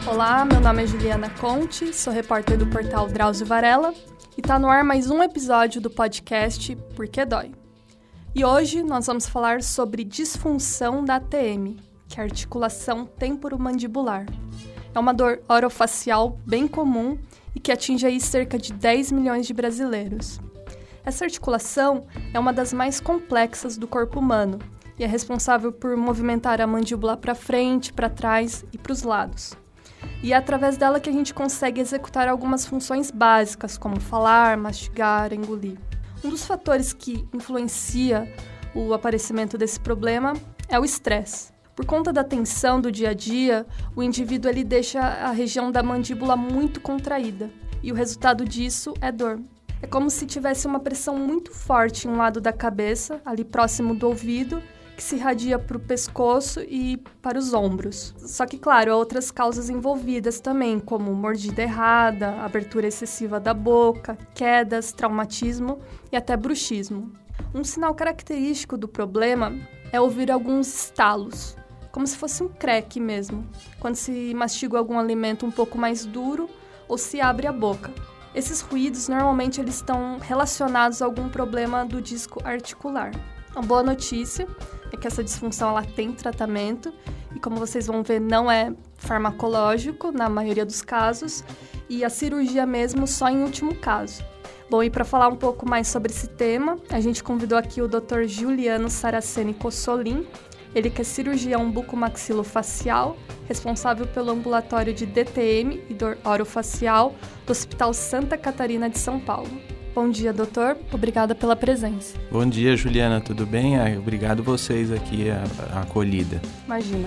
Olá, meu nome é Juliana Conte, sou repórter do portal Drauzio Varela e está no ar mais um episódio do podcast Por que Dói? E hoje nós vamos falar sobre disfunção da ATM, que é a articulação temporomandibular. É uma dor orofacial bem comum e que atinge aí cerca de 10 milhões de brasileiros. Essa articulação é uma das mais complexas do corpo humano e é responsável por movimentar a mandíbula para frente, para trás e para os lados. E é através dela que a gente consegue executar algumas funções básicas, como falar, mastigar, engolir. Um dos fatores que influencia o aparecimento desse problema é o estresse. Por conta da tensão do dia a dia, o indivíduo ele deixa a região da mandíbula muito contraída. E o resultado disso é dor. É como se tivesse uma pressão muito forte em um lado da cabeça, ali próximo do ouvido, que se irradia para o pescoço e para os ombros. Só que, claro, há outras causas envolvidas também, como mordida errada, abertura excessiva da boca, quedas, traumatismo e até bruxismo. Um sinal característico do problema é ouvir alguns estalos, como se fosse um creque mesmo, quando se mastiga algum alimento um pouco mais duro ou se abre a boca. Esses ruídos, normalmente, eles estão relacionados a algum problema do disco articular. A boa notícia é que essa disfunção ela tem tratamento e, como vocês vão ver, não é farmacológico na maioria dos casos e a cirurgia mesmo só em último caso. Bom, e para falar um pouco mais sobre esse tema, a gente convidou aqui o Dr. Juliano Saraceni Cossolin. Ele que é cirurgião bucomaxilofacial, responsável pelo ambulatório de DTM e dor orofacial do Hospital Santa Catarina de São Paulo. Bom dia, doutor. Obrigada pela presença. Bom dia, Juliana. Tudo bem? Obrigado vocês aqui, a acolhida. Imagina.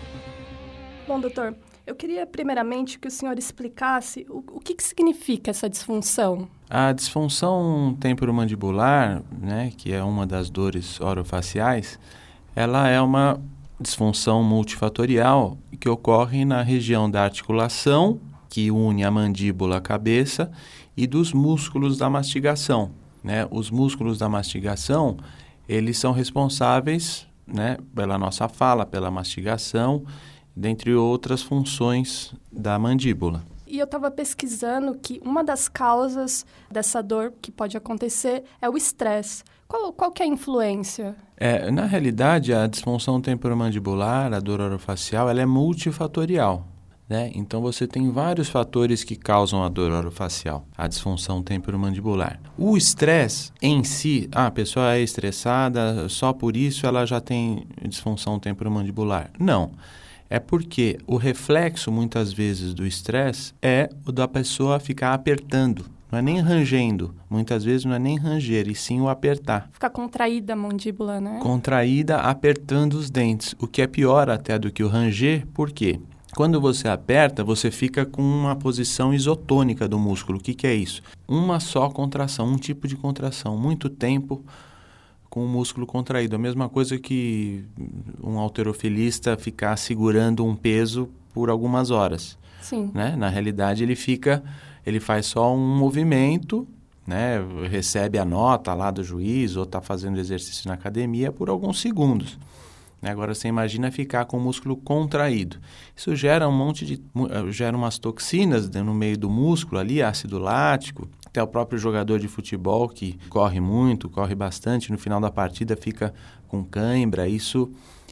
Bom, doutor, eu queria primeiramente que o senhor explicasse o que significa essa disfunção. A disfunção temporomandibular, né, que é uma das dores orofaciais, ela é uma disfunção multifatorial que ocorre na região da articulação, que une a mandíbula à cabeça, e dos músculos da mastigação, né? Os músculos da mastigação, eles são responsáveis, né, pela nossa fala, pela mastigação, dentre outras funções da mandíbula. E eu estava pesquisando que uma das causas dessa dor que pode acontecer é o estresse. Qual que é a influência? Na realidade, a disfunção temporomandibular, a dor orofacial, ela é multifatorial, né? Então, você tem vários fatores que causam a dor orofacial, a disfunção temporomandibular. O estresse em si, a pessoa é estressada, só por isso ela já tem disfunção temporomandibular. Não. É porque o reflexo, muitas vezes, do estresse é o da pessoa ficar apertando. Não é nem rangendo. Muitas vezes não é nem ranger, e sim o apertar. Ficar contraída a mandíbula, né? Contraída, apertando os dentes. O que é pior até do que o ranger, por quê? Quando você aperta, você fica com uma posição isotônica do músculo. O que é isso? Uma só contração, um tipo de contração. Muito tempo com o músculo contraído. A mesma coisa que um halterofilista ficar segurando um peso por algumas horas. Sim. Né? Na realidade, ele faz só um movimento, né? Recebe a nota lá do juiz ou está fazendo exercício na academia por alguns segundos. Agora, você imagina ficar com o músculo contraído. Isso gera gera umas toxinas no meio do músculo ali, ácido lático. Até o próprio jogador de futebol que corre muito, corre bastante, no final da partida fica com cãibra. Isso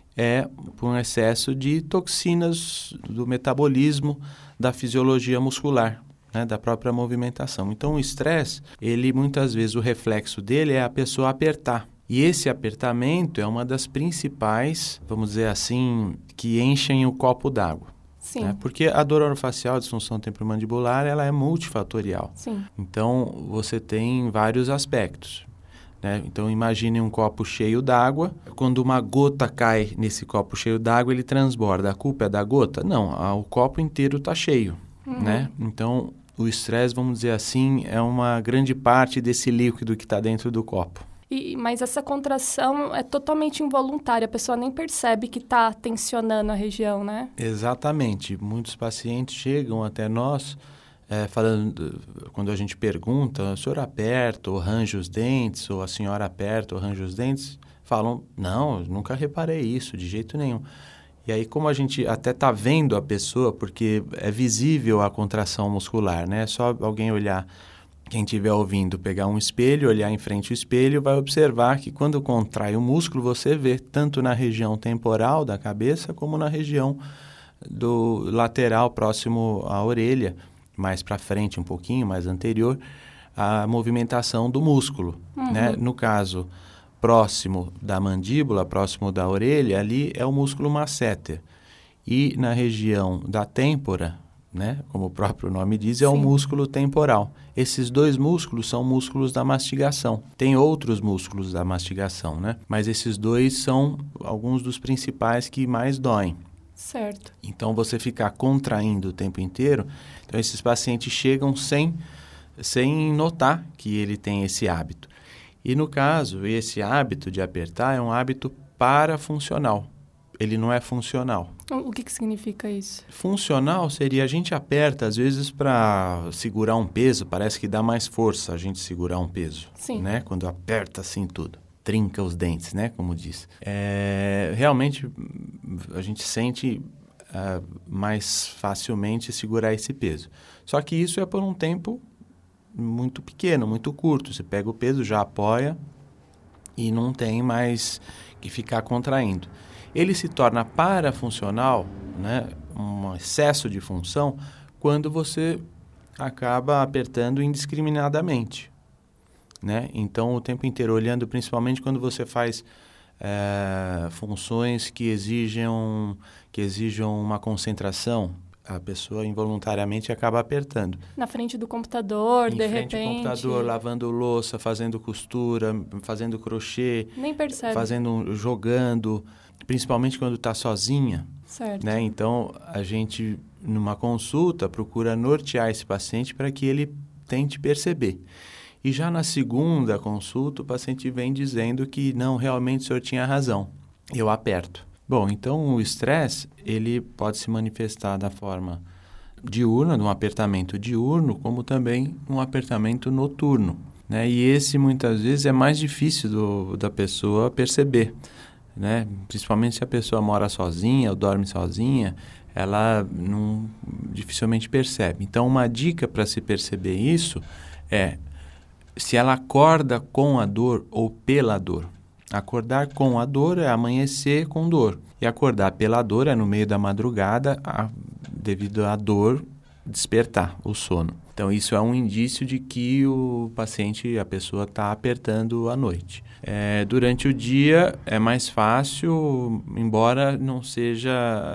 é por um excesso de toxinas do metabolismo, da fisiologia muscular, né, da própria movimentação. Então, o estresse, muitas vezes o reflexo dele é a pessoa apertar. E esse apertamento é uma das principais, vamos dizer assim, que enchem o copo d'água. Sim. Né? Porque a dor orofacial, a disfunção temporomandibular, ela é multifatorial. Sim. Então, você tem vários aspectos. Né? Então, imagine um copo cheio d'água. Quando uma gota cai nesse copo cheio d'água, ele transborda. A culpa é da gota? Não, o copo inteiro está cheio. Uhum. Né? Então, o estresse, vamos dizer assim, é uma grande parte desse líquido que está dentro do copo. Mas essa contração é totalmente involuntária, a pessoa nem percebe que está tensionando a região, né? Exatamente. Muitos pacientes chegam até nós falando, quando a gente pergunta, o senhor aperta ou range os dentes, ou a senhora aperta ou range os dentes, falam, não, eu nunca reparei isso, de jeito nenhum. E aí, como a gente até está vendo a pessoa, porque é visível a contração muscular, né? É só alguém olhar, quem estiver ouvindo, pegar um espelho, olhar em frente ao espelho, vai observar que quando contrai o músculo, você vê tanto na região temporal da cabeça, como na região do lateral, próximo à orelha, mais para frente um pouquinho, mais anterior, a movimentação do músculo, né? No caso próximo da mandíbula, próximo da orelha, ali é o músculo masseter. E na região da têmpora, né, como o próprio nome diz, é o músculo temporal. Esses dois músculos são músculos da mastigação. Tem outros músculos da mastigação, né? Mas esses dois são alguns dos principais que mais doem. Certo. Então, você ficar contraindo o tempo inteiro, então esses pacientes chegam sem notar que ele tem esse hábito. E no caso, esse hábito de apertar é um hábito parafuncional. Ele não é funcional. O que significa isso? Funcional seria a gente aperta, às vezes, para segurar um peso. Parece que dá mais força a gente segurar um peso. Sim. Né? Quando aperta assim tudo. Trinca os dentes, né? Como diz. Realmente, a gente sente mais facilmente segurar esse peso. Só que isso é por um tempo muito pequeno, muito curto. Você pega o peso, já apoia e não tem mais que ficar contraindo. Ele se torna parafuncional, né, um excesso de função, quando você acaba apertando indiscriminadamente, né? Então, o tempo inteiro olhando, principalmente quando você faz funções que exijam uma concentração, a pessoa involuntariamente acaba apertando. Na frente do computador, de repente. Em frente ao computador, lavando louça, fazendo costura, fazendo crochê. Nem percebe. Jogando, principalmente quando está sozinha. Certo. Né? Então, a gente, numa consulta, procura nortear esse paciente para que ele tente perceber. E já na segunda consulta, o paciente vem dizendo que não, realmente o senhor tinha razão, eu aperto. Bom, então o estresse, ele pode se manifestar da forma diurna, de um apertamento diurno, como também um apertamento noturno, né? E esse, muitas vezes, é mais difícil da pessoa perceber, né? Principalmente se a pessoa mora sozinha ou dorme sozinha, ela dificilmente percebe. Então, uma dica para se perceber isso é se ela acorda com a dor ou pela dor. Acordar com a dor é amanhecer com dor. E acordar pela dor é no meio da madrugada, devido à dor, despertar o sono. Então, isso é um indício de que o paciente, a pessoa está apertando à noite. Durante o dia é mais fácil, embora não seja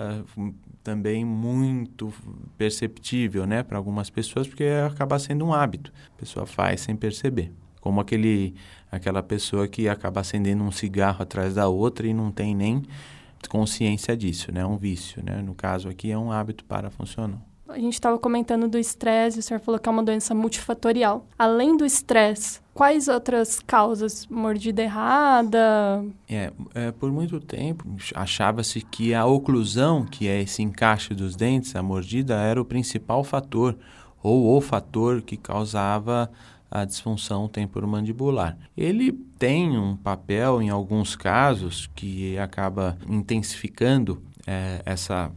também muito perceptível, né, para algumas pessoas, porque acaba sendo um hábito. A pessoa faz sem perceber. Como aquela pessoa que acaba acendendo um cigarro atrás da outra e não tem nem consciência disso, né? É um vício, né? No caso aqui é um hábito parafuncional. A gente estava comentando do estresse, o senhor falou que é uma doença multifatorial. Além do estresse, quais outras causas? Mordida errada? Por muito tempo achava-se que a oclusão, que é esse encaixe dos dentes, a mordida, era o principal fator, ou o fator que causava a disfunção temporomandibular. Ele tem um papel, em alguns casos, que acaba intensificando essa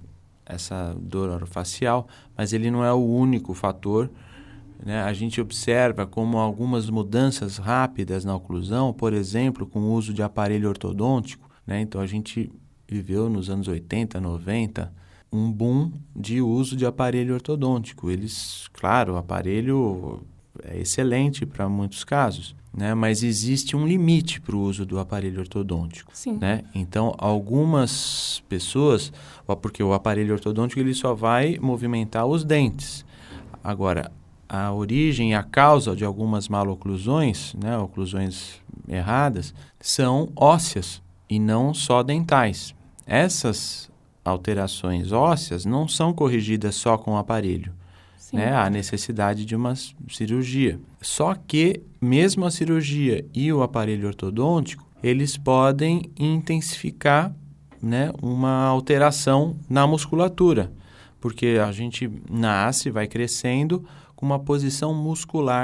dor orofacial, mas ele não é o único fator, né? A gente observa como algumas mudanças rápidas na oclusão, por exemplo, com o uso de aparelho ortodôntico, né? Então, a gente viveu nos anos 80, 90, um boom de uso de aparelho ortodôntico. Claro, o aparelho é excelente para muitos casos, né? Mas existe um limite para o uso do aparelho ortodôntico. Sim. Né? Então, algumas pessoas, porque o aparelho ortodôntico ele só vai movimentar os dentes. Agora, a origem e a causa de algumas maloclusões, né, oclusões erradas, são ósseas e não só dentais. Essas alterações ósseas não são corrigidas só com o aparelho. Né, há necessidade de uma cirurgia. Só que, mesmo a cirurgia e o aparelho ortodôntico, eles podem intensificar, né, uma alteração na musculatura, porque a gente nasce, vai crescendo com uma posição muscular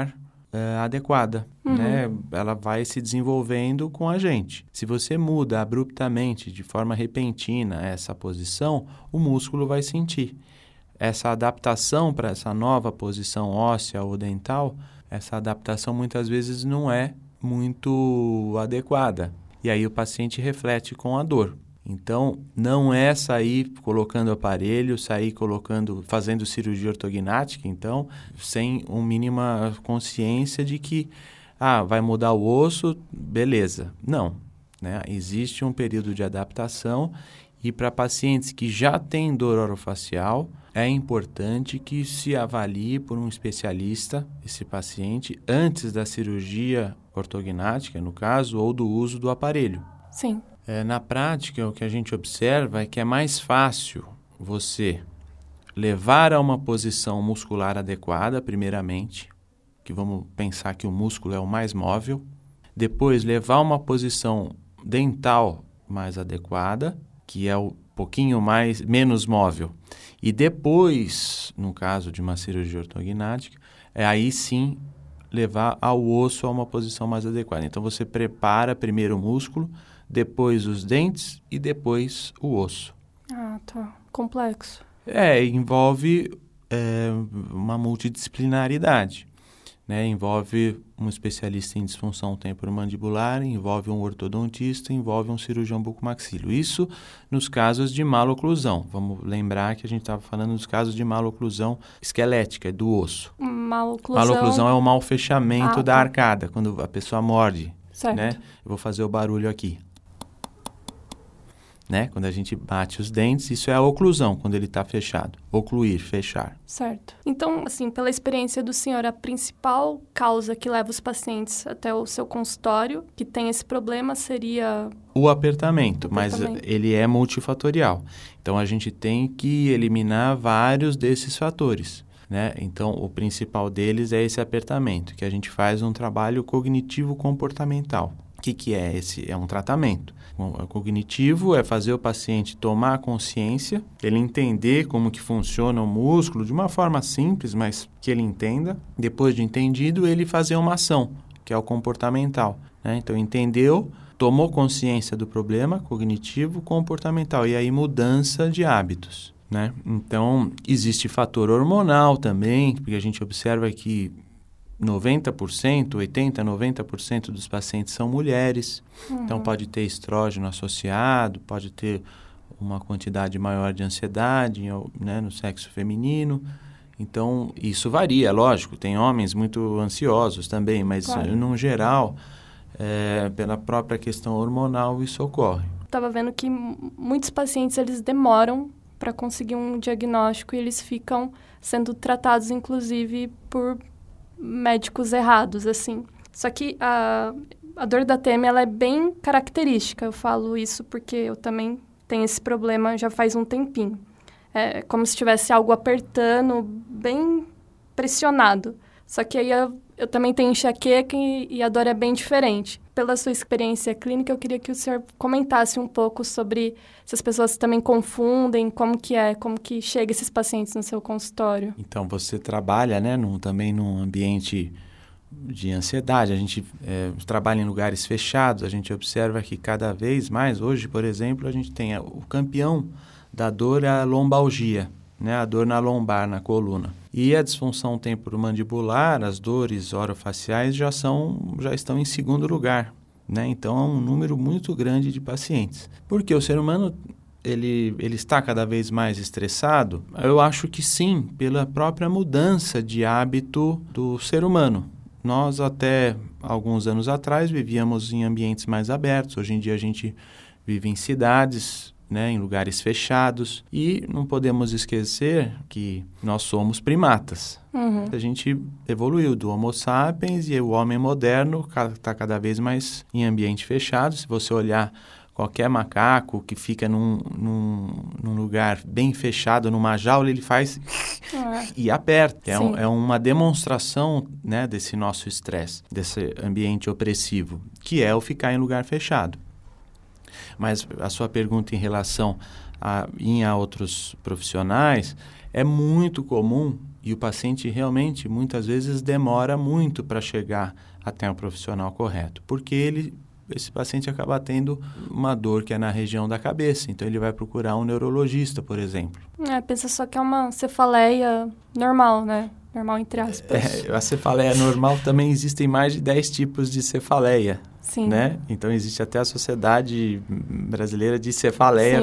adequada, né? Ela vai se desenvolvendo com a gente. Se você muda abruptamente, de forma repentina, essa posição, o músculo vai sentir. Essa adaptação para essa nova posição óssea ou dental, essa adaptação muitas vezes não é muito adequada. E aí o paciente reflete com a dor. Então, não é sair colocando aparelho, fazendo cirurgia ortognática, então, sem uma mínima consciência de que, vai mudar o osso, beleza. Não, né? Existe um período de adaptação e para pacientes que já têm dor orofacial, é importante que se avalie por um especialista esse paciente antes da cirurgia ortognática, no caso, ou do uso do aparelho. Sim. Na prática, o que a gente observa é que é mais fácil você levar a uma posição muscular adequada, primeiramente, que vamos pensar que o músculo é o mais móvel, depois levar a uma posição dental mais adequada, que é um pouquinho menos móvel, e depois, no caso de uma cirurgia ortognática, aí sim levar ao osso a uma posição mais adequada. Então, você prepara primeiro o músculo, depois os dentes e depois o osso. Tá. Complexo. Envolve uma multidisciplinaridade, né? Envolve um especialista em disfunção temporomandibular, envolve um ortodontista, envolve um cirurgião bucomaxilo. Isso nos casos de maloclusão. Vamos lembrar que a gente estava falando dos casos de maloclusão esquelética, do osso. Maloclusão é o mau fechamento da arcada, quando a pessoa morde. Certo. Né? Eu vou fazer o barulho aqui. Né? Quando a gente bate os dentes, isso é a oclusão, quando ele está fechado. Ocluir, fechar. Certo. Então, assim, pela experiência do senhor, a principal causa que leva os pacientes até o seu consultório, que tem esse problema, seria... O apertamento, mas ele é multifatorial. Então, a gente tem que eliminar vários desses fatores. Né? Então, o principal deles é esse apertamento, que a gente faz um trabalho cognitivo-comportamental. O que é esse? É um tratamento. O cognitivo é fazer o paciente tomar consciência, ele entender como que funciona o músculo de uma forma simples, mas que ele entenda. Depois de entendido, ele fazer uma ação, que é o comportamental. Né? Então, entendeu, tomou consciência do problema, cognitivo, comportamental, e aí mudança de hábitos. Né? Então, existe fator hormonal também, porque a gente observa que 90%, 80%, 90% dos pacientes são mulheres. Então, pode ter estrógeno associado, pode ter uma quantidade maior de ansiedade, né, no sexo feminino. Então, isso varia, lógico. Tem homens muito ansiosos também, mas, no geral, pela própria questão hormonal, isso ocorre. Estava vendo que muitos pacientes, eles demoram para conseguir um diagnóstico e eles ficam sendo tratados, inclusive, por médicos errados, assim. Só que a dor da TM, ela é bem característica. Eu falo isso porque eu também tenho esse problema já faz um tempinho. É como se tivesse algo apertando, bem pressionado. Só que aí eu também tenho enxaqueca e a dor é bem diferente. Pela sua experiência clínica, eu queria que o senhor comentasse um pouco sobre se as pessoas também confundem, como que chega esses pacientes no seu consultório. Então, você trabalha, né, também num ambiente de ansiedade. A gente trabalha em lugares fechados, a gente observa que cada vez mais, hoje, por exemplo, a gente tem o campeão da dor é a lombalgia, né, a dor na lombar, na coluna. E a disfunção temporomandibular, as dores orofaciais já estão em segundo lugar, né? Então, é um número muito grande de pacientes. Porque o ser humano, ele está cada vez mais estressado? Eu acho que sim, pela própria mudança de hábito do ser humano. Nós, até alguns anos atrás, vivíamos em ambientes mais abertos. Hoje em dia, a gente vive em cidades, né, em lugares fechados, e não podemos esquecer que nós somos primatas. A gente evoluiu do Homo sapiens e o homem moderno está cada vez mais em ambiente fechado. Se você olhar qualquer macaco que fica num lugar bem fechado, numa jaula, ele faz e aperta. É uma demonstração, né, desse nosso estresse, desse ambiente opressivo, que é o ficar em lugar fechado. Mas a sua pergunta em relação a outros profissionais, é muito comum E o paciente realmente, muitas vezes, demora muito para chegar até o profissional correto, porque esse paciente acaba tendo uma dor que é na região da cabeça, então ele vai procurar um neurologista, por exemplo. Pensa só que é uma cefaleia normal, né? Normal entre aspas. A cefaleia normal também existem mais de 10 tipos de cefaleia. Sim. Né? Então, existe até a Sociedade Brasileira de Cefaleia,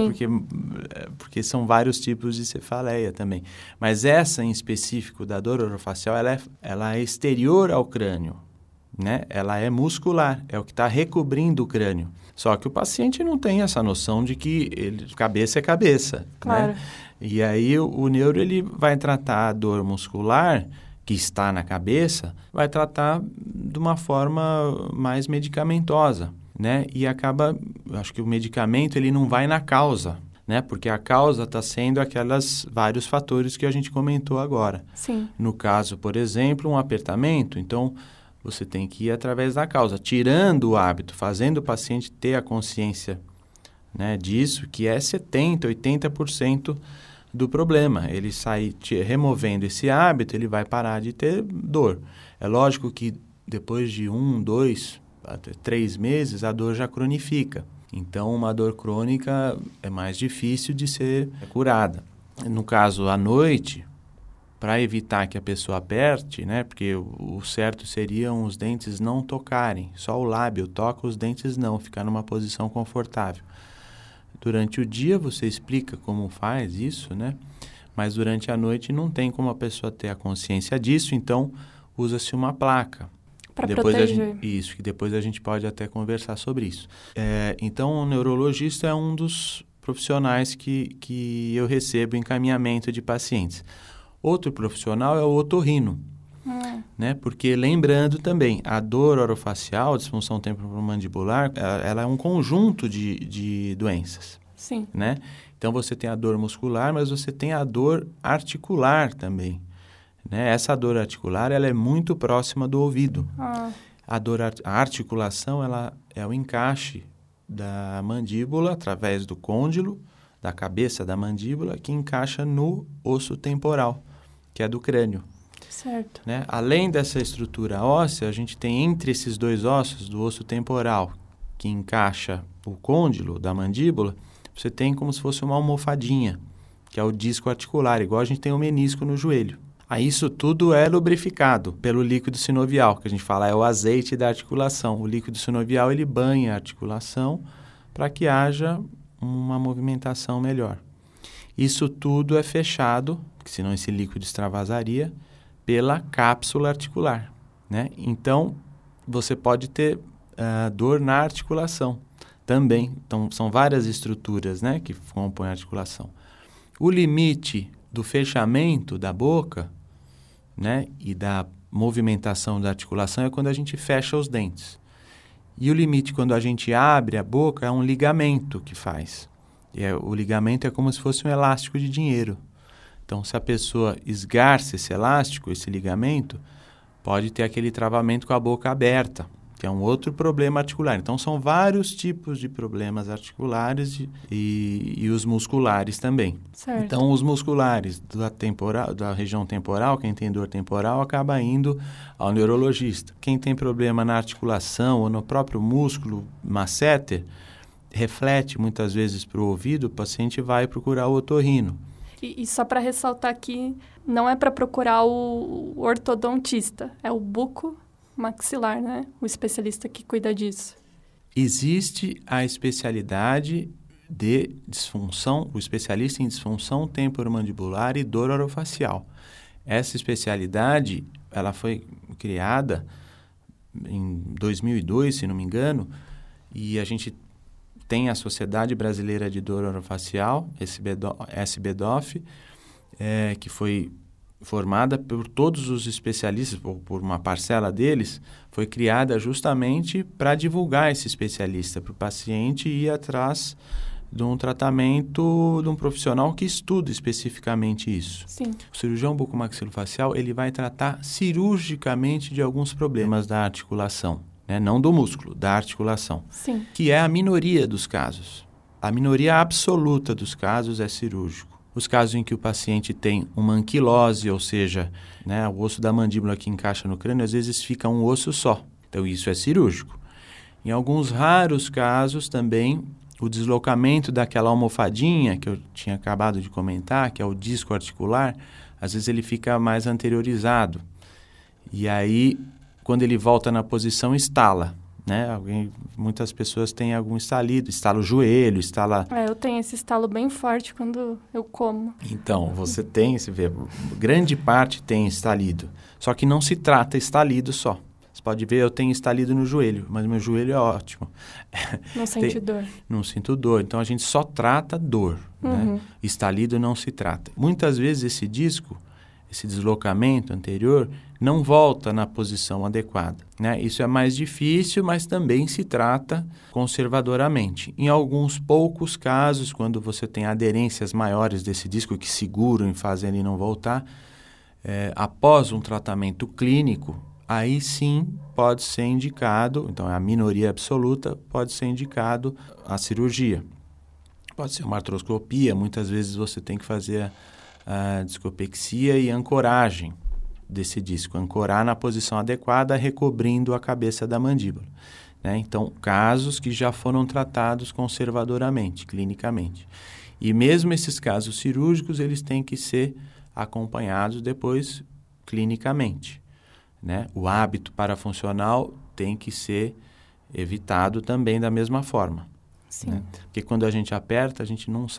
porque são vários tipos de cefaleia também. Mas essa, em específico, da dor orofacial, ela é exterior ao crânio, né? Ela é muscular, é o que está recobrindo o crânio. Só que o paciente não tem essa noção de que cabeça é cabeça. Claro. Né? E aí, o neuro ele vai tratar a dor muscular que está na cabeça, vai tratar de uma forma mais medicamentosa, né? E acho que o medicamento ele não vai na causa, né? Porque a causa está sendo aqueles vários fatores que a gente comentou agora. Sim. No caso, por exemplo, um apertamento, então você tem que ir através da causa, tirando o hábito, fazendo o paciente ter a consciência, né, disso, que é 70%, 80% do problema. Ele sai removendo esse hábito, ele vai parar de ter dor. É lógico que depois de 1, 2, até 3 meses, a dor já cronifica. Então, uma dor crônica é mais difícil de ser curada. No caso, à noite, para evitar que a pessoa aperte, né, porque o certo seriam os dentes não tocarem, só o lábio toca, os dentes não, ficar numa posição confortável. Durante o dia você explica como faz isso, né? Mas durante a noite não tem como a pessoa ter a consciência disso, então usa-se uma placa. Para proteger. Isso, que depois a gente pode até conversar sobre isso. Então, o neurologista é um dos profissionais que eu recebo encaminhamento de pacientes. Outro profissional é o otorrino, né? Porque lembrando também, a dor orofacial, a disfunção temporomandibular, ela é um conjunto de doenças. Sim. Né? Então, você tem a dor muscular, mas você tem a dor articular também. Né? Essa dor articular, ela é muito próxima do ouvido. A articulação, ela é o encaixe da mandíbula, através do côndilo, da cabeça da mandíbula, que encaixa no osso temporal, que é do crânio. Certo. Né? Além dessa estrutura óssea, a gente tem entre esses dois ossos, do osso temporal, que encaixa o côndilo da mandíbula, você tem como se fosse uma almofadinha, que é o disco articular, igual a gente tem o menisco no joelho. Aí isso tudo é lubrificado pelo líquido sinovial, que a gente fala é o azeite da articulação. O líquido sinovial, ele banha a articulação para que haja uma movimentação melhor. Isso tudo é fechado, porque senão esse líquido extravasaria, pela cápsula articular, né? Então, você pode ter dor na articulação também. Então, são várias estruturas, né, que compõem a articulação. O limite do fechamento da boca, né, e da movimentação da articulação é quando a gente fecha os dentes. E o limite quando a gente abre a boca é um ligamento que faz. O ligamento é como se fosse um elástico de dinheiro. Então, se a pessoa esgarça esse elástico, esse ligamento, pode ter aquele travamento com a boca aberta, que é um outro problema articular. Então, são vários tipos de problemas articulares e os musculares também. Certo. Então, os musculares da região temporal, quem tem dor temporal, acaba indo ao neurologista. Quem tem problema na articulação ou no próprio músculo masséter, reflete muitas vezes para o ouvido, o paciente vai procurar o otorrino. E só para ressaltar aqui, não é para procurar o ortodontista, é o bucomaxilar, né? O especialista que cuida disso. Existe a especialidade de disfunção, o especialista em disfunção temporomandibular e dor orofacial. Essa especialidade, ela foi criada em 2002, se não me engano, e a gente tem a Sociedade Brasileira de Dor Orofacial, SBDOF, que foi formada por todos os especialistas, por uma parcela deles, foi criada justamente para divulgar esse especialista, para o paciente ir atrás de um tratamento de um profissional que estuda especificamente isso. Sim. O cirurgião bucomaxilofacial, ele vai tratar cirurgicamente de alguns problemas da articulação. Né? Não do músculo, da articulação. Sim. Que é a minoria dos casos. A minoria absoluta dos casos é cirúrgico. Os casos em que o paciente tem uma anquilose, ou seja, né, o osso da mandíbula que encaixa no crânio, às vezes fica um osso só. Então, isso é cirúrgico. Em alguns raros casos também, o deslocamento daquela almofadinha que eu tinha acabado de comentar, que é o disco articular, às vezes ele fica mais anteriorizado. E aí, quando ele volta na posição, estala. Né? Muitas pessoas têm algum estalido, estala o joelho, estala... Eu tenho esse estalo bem forte quando eu como. Então, você vê, grande parte tem estalido, só que não se trata estalido só. Você pode ver, eu tenho estalido no joelho, mas meu joelho é ótimo. Não sente dor. Não sinto dor, então a gente só trata dor, né? Estalido não se trata. Muitas vezes esse disco, esse deslocamento anterior, não volta na posição adequada, né? Isso é mais difícil, mas também se trata conservadoramente. Em alguns poucos casos, quando você tem aderências maiores desse disco que seguram e fazem ele não voltar, após um tratamento clínico, aí sim pode ser indicado, então é a minoria absoluta, pode ser indicado a cirurgia. Pode ser uma artroscopia, muitas vezes você tem que fazer a discopexia e ancoragem desse disco, ancorar na posição adequada, recobrindo a cabeça da mandíbula, né? Então, casos que já foram tratados conservadoramente, clinicamente. E mesmo esses casos cirúrgicos, eles têm que ser acompanhados depois clinicamente, né? O hábito parafuncional tem que ser evitado também da mesma forma. Sim. Né? Porque quando a gente aperta, a gente não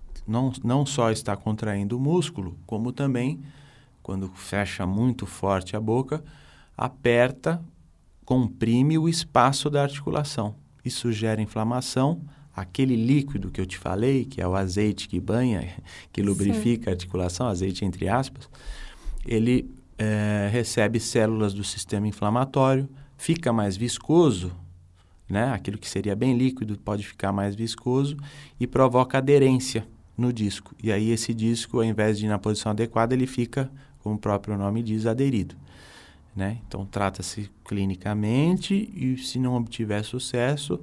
só está contraindo o músculo, como também, quando fecha muito forte a boca, aperta, comprime o espaço da articulação. Isso gera inflamação. Aquele líquido que eu te falei, que é o azeite que banha, que lubrifica Sim. a articulação, azeite entre aspas, ele recebe células do sistema inflamatório, fica mais viscoso, né? Aquilo que seria bem líquido pode ficar mais viscoso e provoca aderência no disco. E aí esse disco, ao invés de ir na posição adequada, ele fica, como o próprio nome diz, aderido, né? Então trata-se clinicamente e se não obtiver sucesso,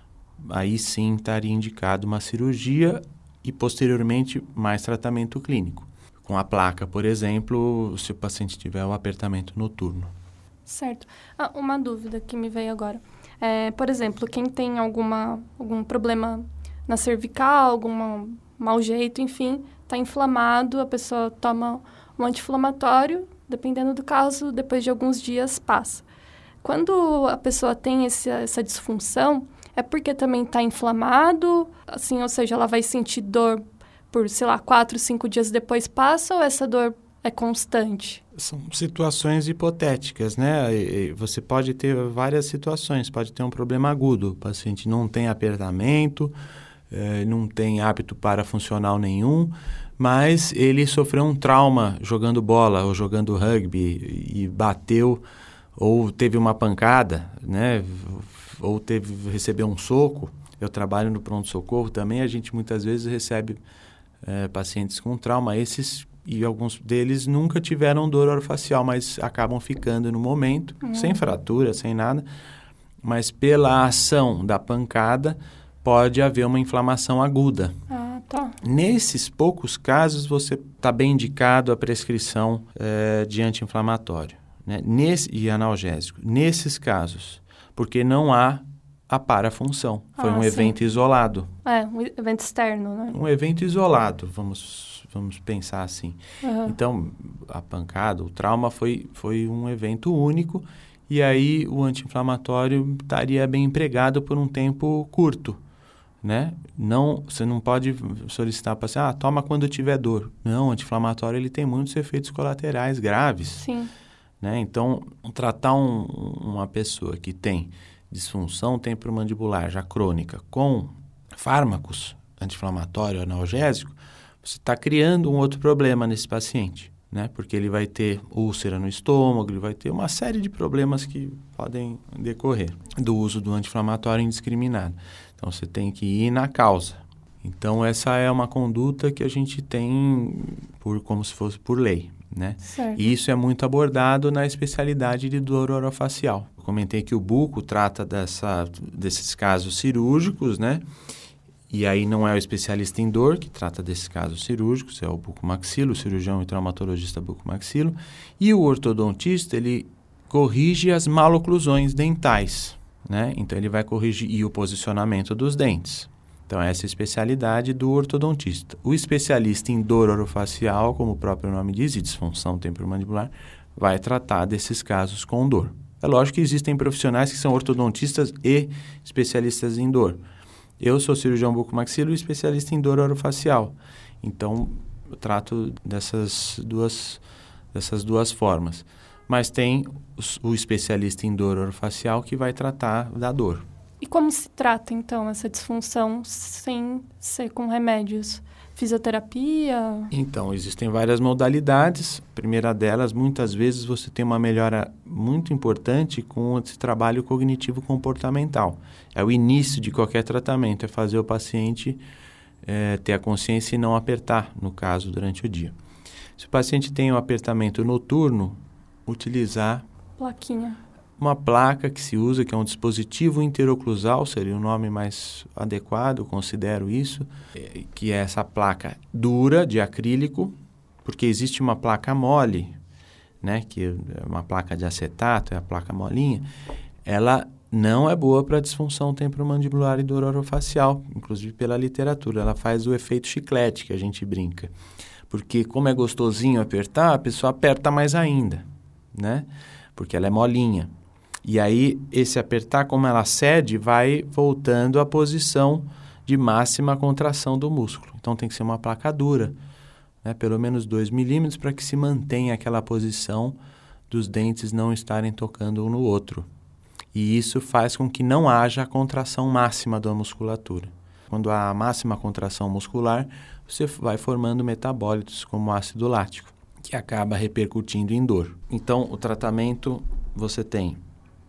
aí sim estaria indicado uma cirurgia e posteriormente mais tratamento clínico. Com a placa, por exemplo, se o paciente tiver o apertamento noturno. Certo. Uma dúvida que me veio agora. Por exemplo, quem tem algum problema na cervical, algum mau jeito, enfim, está inflamado, a pessoa toma um anti-inflamatório, dependendo do caso, depois de alguns dias passa. Quando a pessoa tem essa disfunção, é porque também está inflamado, assim, ou seja, ela vai sentir dor por, 4, 5 dias depois passa, ou essa dor é constante? São situações hipotéticas, né? Você pode ter várias situações, pode ter um problema agudo, o paciente não tem apertamento, não tem hábito parafuncional nenhum, mas ele sofreu um trauma jogando bola ou jogando rugby e bateu, ou teve uma pancada, né? Ou recebeu um soco. Eu trabalho no pronto-socorro também, a gente muitas vezes recebe pacientes com trauma, e alguns deles nunca tiveram dor orofacial, mas acabam ficando no momento, sem fratura, sem nada, mas pela ação da pancada pode haver uma inflamação aguda. Tá. Nesses poucos casos, você está bem indicado a prescrição de anti-inflamatório, né? E analgésico. Nesses casos, porque não há a parafunção. Foi um evento isolado. Um evento externo, né? Um evento isolado, vamos pensar assim. Uhum. Então, a pancada, o trauma foi um evento único e aí o anti-inflamatório estaria bem empregado por um tempo curto, né? Você não pode solicitar para você, toma quando tiver dor. Não, o anti-inflamatório ele tem muitos efeitos colaterais graves. Sim. Né? Então, tratar uma pessoa que tem disfunção temporomandibular já crônica com fármacos anti-inflamatório, analgésico, você está criando um outro problema nesse paciente, né? Porque ele vai ter úlcera no estômago, ele vai ter uma série de problemas que podem decorrer do uso do anti-inflamatório indiscriminado. Então, você tem que ir na causa. Então, essa é uma conduta que a gente tem como se fosse por lei, né? Certo. E isso é muito abordado na especialidade de dor orofacial. Eu comentei que o buco trata desses casos cirúrgicos, né? E aí não é o especialista em dor que trata desses casos cirúrgicos, é o bucomaxilo, o cirurgião e traumatologista bucomaxilo. E o ortodontista, ele corrige as maloclusões dentais, né? Então ele vai corrigir o posicionamento dos dentes. Então essa é a especialidade do ortodontista. O especialista em dor orofacial, como o próprio nome diz, e disfunção temporomandibular, vai tratar desses casos com dor. É lógico que existem profissionais que são ortodontistas e especialistas em dor. Eu sou cirurgião bucomaxilo e especialista em dor orofacial. Então, eu trato dessas duas formas. Mas tem o especialista em dor orofacial que vai tratar da dor. E como se trata, então, essa disfunção sem ser com remédios? Fisioterapia? Então, existem várias modalidades. A primeira delas, muitas vezes você tem uma melhora muito importante com esse trabalho cognitivo-comportamental. É o início de qualquer tratamento, é fazer o paciente ter a consciência e não apertar, no caso, durante o dia. Se o paciente tem um apertamento noturno, utilizar Plaquinha. uma placa que se usa, que é um dispositivo interoclusal, seria o nome mais adequado, eu considero isso, que é essa placa dura, de acrílico, porque existe uma placa mole, né, que é uma placa de acetato, é a placa molinha, ela não é boa para disfunção temporomandibular e dor orofacial, inclusive pela literatura, ela faz o efeito chiclete, que a gente brinca, porque como é gostosinho apertar, a pessoa aperta mais ainda, né, porque ela é molinha. E aí, esse apertar, como ela cede, vai voltando à posição de máxima contração do músculo. Então, tem que ser uma placa dura, né? Pelo menos 2 milímetros, para que se mantenha aquela posição dos dentes não estarem tocando um no outro. E isso faz com que não haja a contração máxima da musculatura. Quando há a máxima contração muscular, você vai formando metabólitos, como o ácido lático, que acaba repercutindo em dor. Então, o tratamento, você tem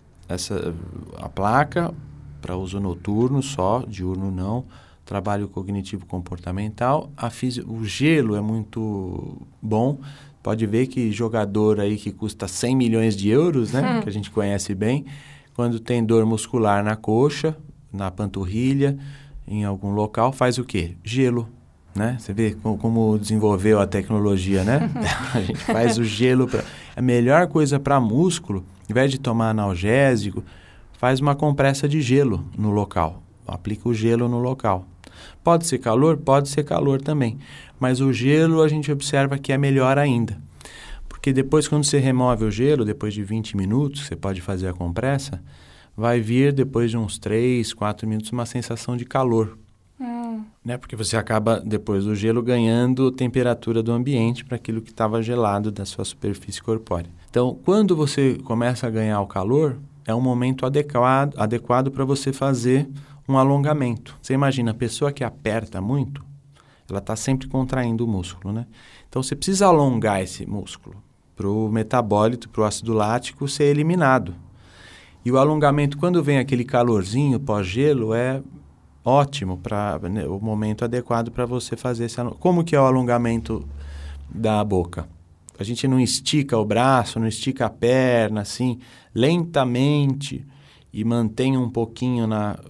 a placa para uso noturno só, diurno não, trabalho cognitivo comportamental, o gelo é muito bom, pode ver que jogador aí que custa 100 milhões de euros, né, que a gente conhece bem, quando tem dor muscular na coxa, na panturrilha, em algum local, faz o quê? Gelo, né? Você vê como desenvolveu a tecnologia, né? A gente faz o gelo, a melhor coisa para músculo, ao invés de tomar analgésico, faz uma compressa de gelo no local. Aplica o gelo no local. Pode ser calor? Pode ser calor também. Mas o gelo a gente observa que é melhor ainda. Porque depois, quando você remove o gelo, depois de 20 minutos, você pode fazer a compressa, vai vir, depois de uns 3, 4 minutos, uma sensação de calor. Né? Porque você acaba, depois do gelo, ganhando temperatura do ambiente para aquilo que estava gelado da sua superfície corpórea. Então, quando você começa a ganhar o calor, é um momento adequado para você fazer um alongamento. Você imagina, a pessoa que aperta muito, ela está sempre contraindo o músculo, né? Então, você precisa alongar esse músculo para o metabólito, para o ácido lático ser eliminado. E o alongamento, quando vem aquele calorzinho pós-gelo, é ótimo, o momento adequado para você fazer esse alongamento. Como que é o alongamento da boca? A gente não estica o braço, não estica a perna, assim, lentamente, e mantém um pouquinho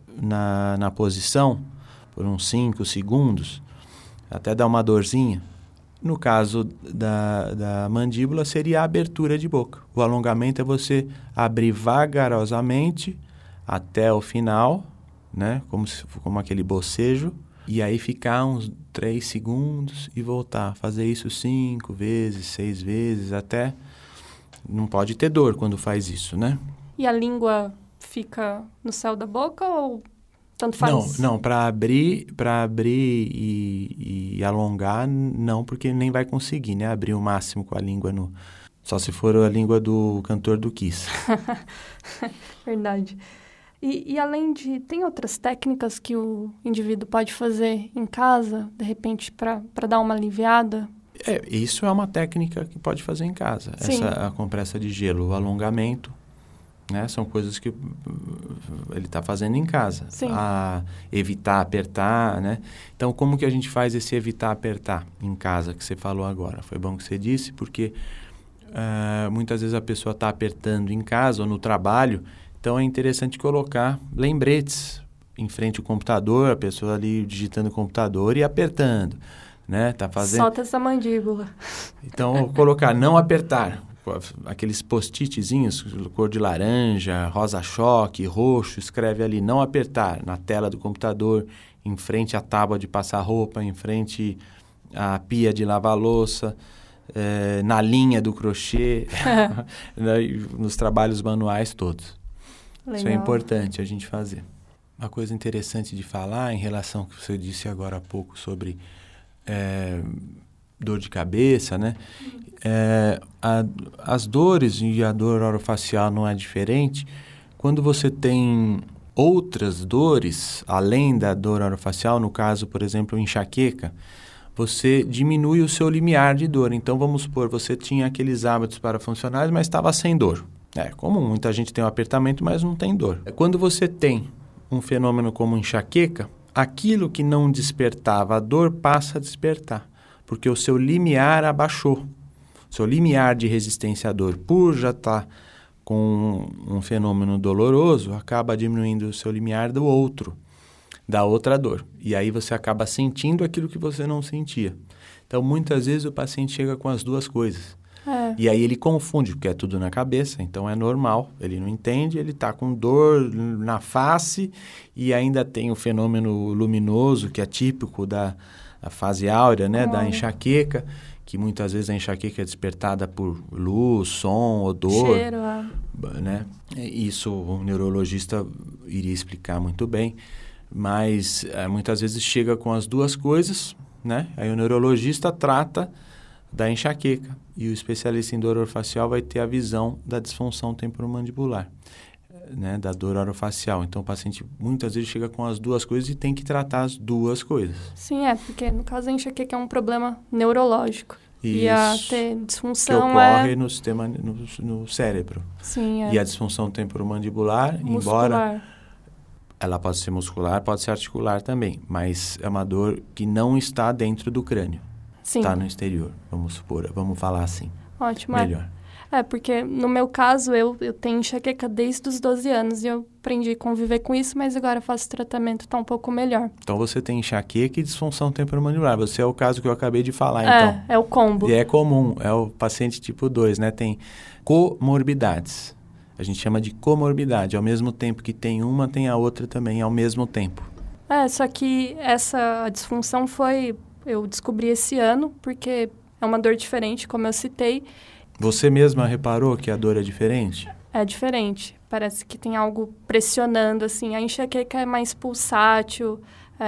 na posição, por uns 5 segundos, até dar uma dorzinha. No caso da mandíbula, seria a abertura de boca. O alongamento é você abrir vagarosamente até o final, né? Como aquele bocejo, e aí ficar uns 3 segundos e voltar. Fazer isso 5 vezes, 6 vezes, até... Não pode ter dor quando faz isso, né? E a língua fica no céu da boca ou tanto faz? Não, para abrir e alongar, não, porque nem vai conseguir, né? Abrir o máximo com a língua Só se for a língua do cantor do Kiss. Verdade. E além tem outras técnicas que o indivíduo pode fazer em casa, de repente, para dar uma aliviada? Isso é uma técnica que pode fazer em casa. Sim. A compressa de gelo, o alongamento, né? São coisas que ele está fazendo em casa. Sim. Evitar apertar, né? Então, como que a gente faz esse evitar apertar em casa, que você falou agora? Foi bom que você disse, porque muitas vezes a pessoa está apertando em casa ou no trabalho. Então, é interessante colocar lembretes em frente ao computador, a pessoa ali digitando no computador e apertando, né? Tá fazendo... Solta essa mandíbula. Então, colocar não apertar, aqueles post-itzinhos, cor de laranja, rosa-choque, roxo, escreve ali não apertar na tela do computador, em frente à tábua de passar roupa, em frente à pia de lavar louça, na linha do crochê, nos trabalhos manuais todos. Legal. Isso é importante a gente fazer. Uma coisa interessante de falar em relação ao que você disse agora há pouco sobre dor de cabeça, né? As dores, e a dor orofacial não é diferente, quando você tem outras dores, além da dor orofacial, no caso, por exemplo, enxaqueca, você diminui o seu limiar de dor. Então, vamos supor, você tinha aqueles hábitos parafuncionais, mas estava sem dor. É comum, muita gente tem um apertamento, mas não tem dor. Quando você tem um fenômeno como enxaqueca, aquilo que não despertava a dor passa a despertar, porque o seu limiar abaixou. O seu limiar de resistência à dor, por já estar com um fenômeno doloroso, acaba diminuindo o seu limiar do outro, da outra dor. E aí você acaba sentindo aquilo que você não sentia. Então, muitas vezes o paciente chega com as duas coisas. E aí ele confunde, porque é tudo na cabeça, então é normal, ele não entende, ele está com dor na face e ainda tem o fenômeno luminoso, que é típico da fase áurea, né, da enxaqueca, que muitas vezes a enxaqueca é despertada por luz, som, odor. Cheiro, né? Isso o neurologista iria explicar muito bem, mas muitas vezes chega com as duas coisas, né? Aí o neurologista trata da enxaqueca e o especialista em dor orofacial vai ter a visão da disfunção temporomandibular, né, da dor orofacial. Então, o paciente muitas vezes chega com as duas coisas e tem que tratar as duas coisas. Sim, porque no caso a enxaqueca é um problema neurológico. Isso, e a disfunção que ocorre no sistema, no cérebro. Sim, E a disfunção temporomandibular, muscular. embora ela possa ser muscular, pode ser articular também, mas é uma dor que não está dentro do crânio. Sim. Está no exterior, vamos supor, vamos falar assim. Ótimo. Melhor. Porque no meu caso, eu tenho enxaqueca desde os 12 anos e eu aprendi a conviver com isso, mas agora eu faço tratamento, tá um pouco melhor. Então, você tem enxaqueca e disfunção temporomandibular. Você é o caso que eu acabei de falar, então. É o combo. E é comum, é o paciente tipo 2, né? Tem comorbidades. A gente chama de comorbidade. Ao mesmo tempo que tem uma, tem a outra também, ao mesmo tempo. Só que essa disfunção eu descobri esse ano, porque é uma dor diferente, como eu citei. Você mesma reparou que a dor é diferente? É diferente. Parece que tem algo pressionando, assim. A enxaqueca é mais pulsátil,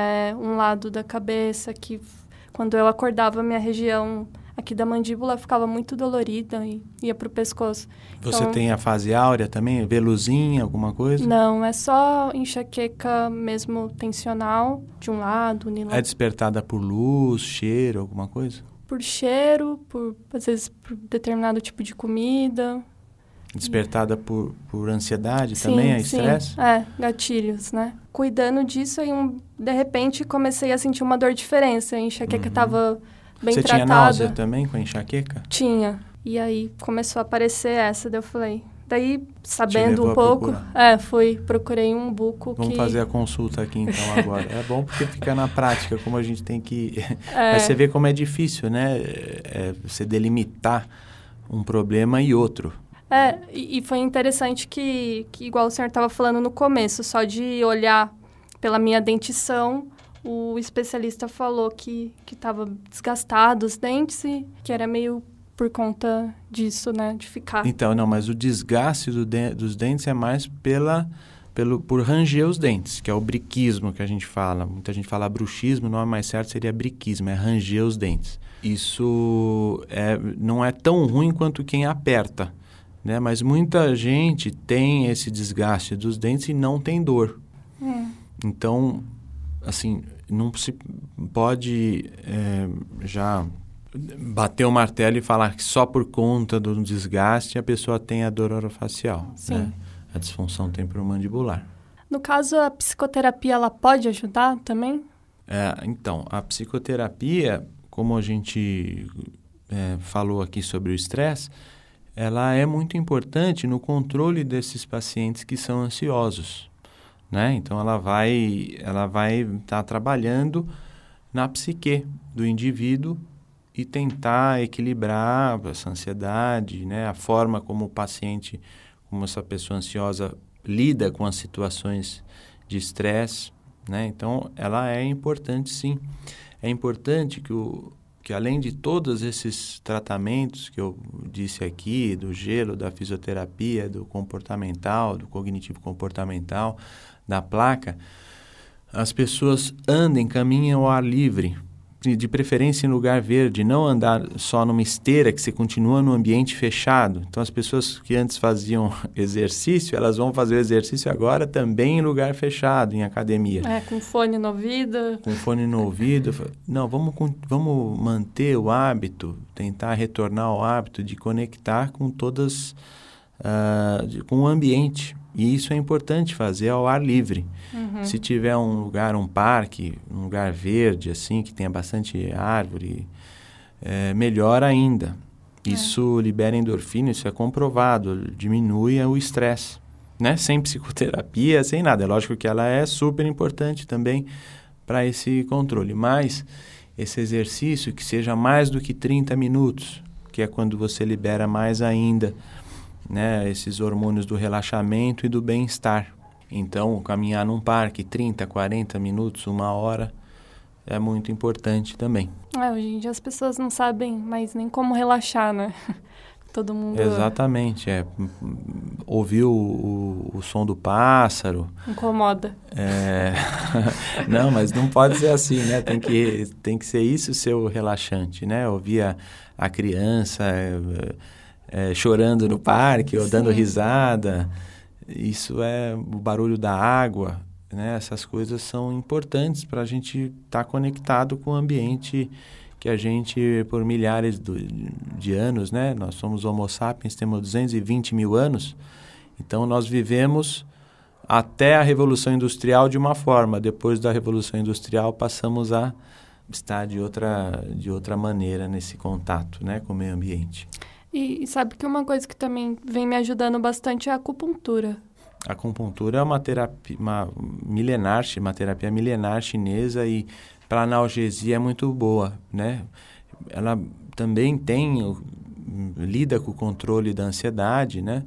um lado da cabeça, que quando eu acordava, minha região aqui da mandíbula ficava muito dolorida e ia pro pescoço. Você tem a fase áurea também? Veluzinha, alguma coisa? Não, é só enxaqueca mesmo tensional, de um lado, unilateral. É despertada por luz, cheiro, alguma coisa? Por cheiro, às vezes por determinado tipo de comida. Despertada por ansiedade também, estresse? Gatilhos, né? Cuidando disso, aí de repente comecei a sentir uma dor diferente. A enxaqueca estava bem Você tratada. Tinha náusea também com a enxaqueca? Tinha. E aí começou a aparecer essa, daí eu falei... Daí, sabendo um a pouco, procurar. Procurei um buco Vamos fazer a consulta aqui então agora. É bom porque fica na prática, como a gente tem que... Mas você vê como é difícil, né? Você delimitar um problema e outro. E foi interessante que igual o senhor estava falando no começo, só de olhar pela minha dentição, o especialista falou que estava desgastado os dentes e que era meio por conta disso, né, de ficar. Então, não, mas o desgaste dos dentes é mais por ranger os dentes, que é o briquismo que a gente fala. Muita gente fala bruxismo, o nome mais certo seria briquismo, é ranger os dentes. Isso não é tão ruim quanto quem aperta, né? Mas muita gente tem esse desgaste dos dentes e não tem dor. Então, assim, não se pode já bater o martelo e falar que só por conta do desgaste a pessoa tem a dor orofacial, né? A disfunção temporomandibular. No caso, a psicoterapia, ela pode ajudar também? Então, a psicoterapia, como a gente falou aqui sobre o estresse, ela é muito importante no controle desses pacientes que são ansiosos, né? Então ela vai estar trabalhando na psique do indivíduo e tentar equilibrar essa ansiedade, né? A forma como o paciente, como essa pessoa ansiosa lida com as situações de estresse, né? Então ela é importante, sim. É importante que além de todos esses tratamentos que eu disse aqui, do gelo, da fisioterapia, do comportamental, do cognitivo comportamental, da placa, as pessoas andem, caminhem ao ar livre, de preferência em lugar verde, não andar só numa esteira que você continua no ambiente fechado. Então, as pessoas que antes faziam exercício, elas vão fazer o exercício agora também em lugar fechado, em academia. Com fone no ouvido. Com fone no ouvido. Não, vamos manter o hábito, tentar retornar ao hábito de conectar com todas, com o ambiente. E isso é importante fazer ao ar livre. Uhum. Se tiver um lugar, um parque, um lugar verde, assim, que tenha bastante árvore, melhor ainda. Isso libera endorfina, isso é comprovado, diminui o estresse, né? Sem psicoterapia, sem nada. É lógico que ela é super importante também para esse controle, mas esse exercício que seja mais do que 30 minutos, que é quando você libera mais ainda, né, esses hormônios do relaxamento e do bem-estar. Então, caminhar num parque 30, 40 minutos, 1 hora, é muito importante também. Hoje em dia as pessoas não sabem mais nem como relaxar, né? Todo mundo... Exatamente. Ouvir o som do pássaro... Incomoda. Não, mas não pode ser assim, né? Tem que ser isso o seu relaxante, né? Ouvir a criança... chorando no parque ou dando risada, isso é o barulho da água, né? Essas coisas são importantes para a gente estar conectado com o ambiente que a gente, por milhares de anos, né? Nós somos Homo sapiens, temos 220 mil anos, então nós vivemos até a Revolução Industrial de uma forma, depois da Revolução Industrial passamos a estar de outra maneira nesse contato, né, com o meio ambiente. E sabe que uma coisa que também vem me ajudando bastante é a acupuntura. A acupuntura é uma terapia milenar chinesa e para analgesia é muito boa, né? Ela também lida com o controle da ansiedade, né?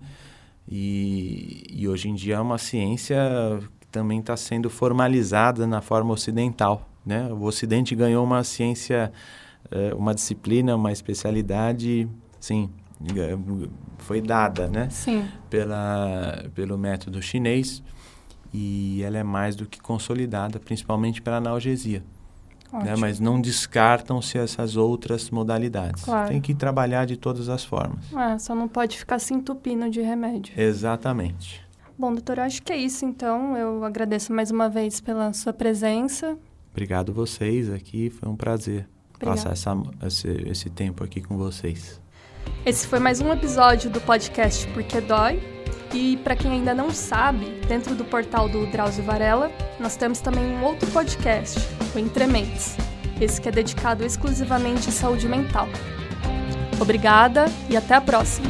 E hoje em dia é uma ciência que também está sendo formalizada na forma ocidental, né? O Ocidente ganhou uma ciência, uma disciplina, uma especialidade... Sim, foi dada, né? Sim. Pelo método chinês e ela é mais do que consolidada, principalmente pela analgesia. Né? Mas não descartam-se essas outras modalidades. Claro. Tem que trabalhar de todas as formas. Só não pode ficar se entupindo de remédio. Exatamente. Bom, doutor, acho que é isso, então. Eu agradeço mais uma vez pela sua presença. Obrigado vocês aqui, foi um prazer Obrigada. passar esse tempo aqui com vocês. Esse foi mais um episódio do podcast Porque Dói. E para quem ainda não sabe, dentro do portal do Drauzio Varela, nós temos também um outro podcast, o Entre Mentes. Esse que é dedicado exclusivamente à saúde mental. Obrigada e até a próxima.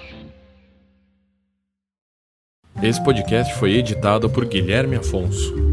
Esse podcast foi editado por Guilherme Afonso.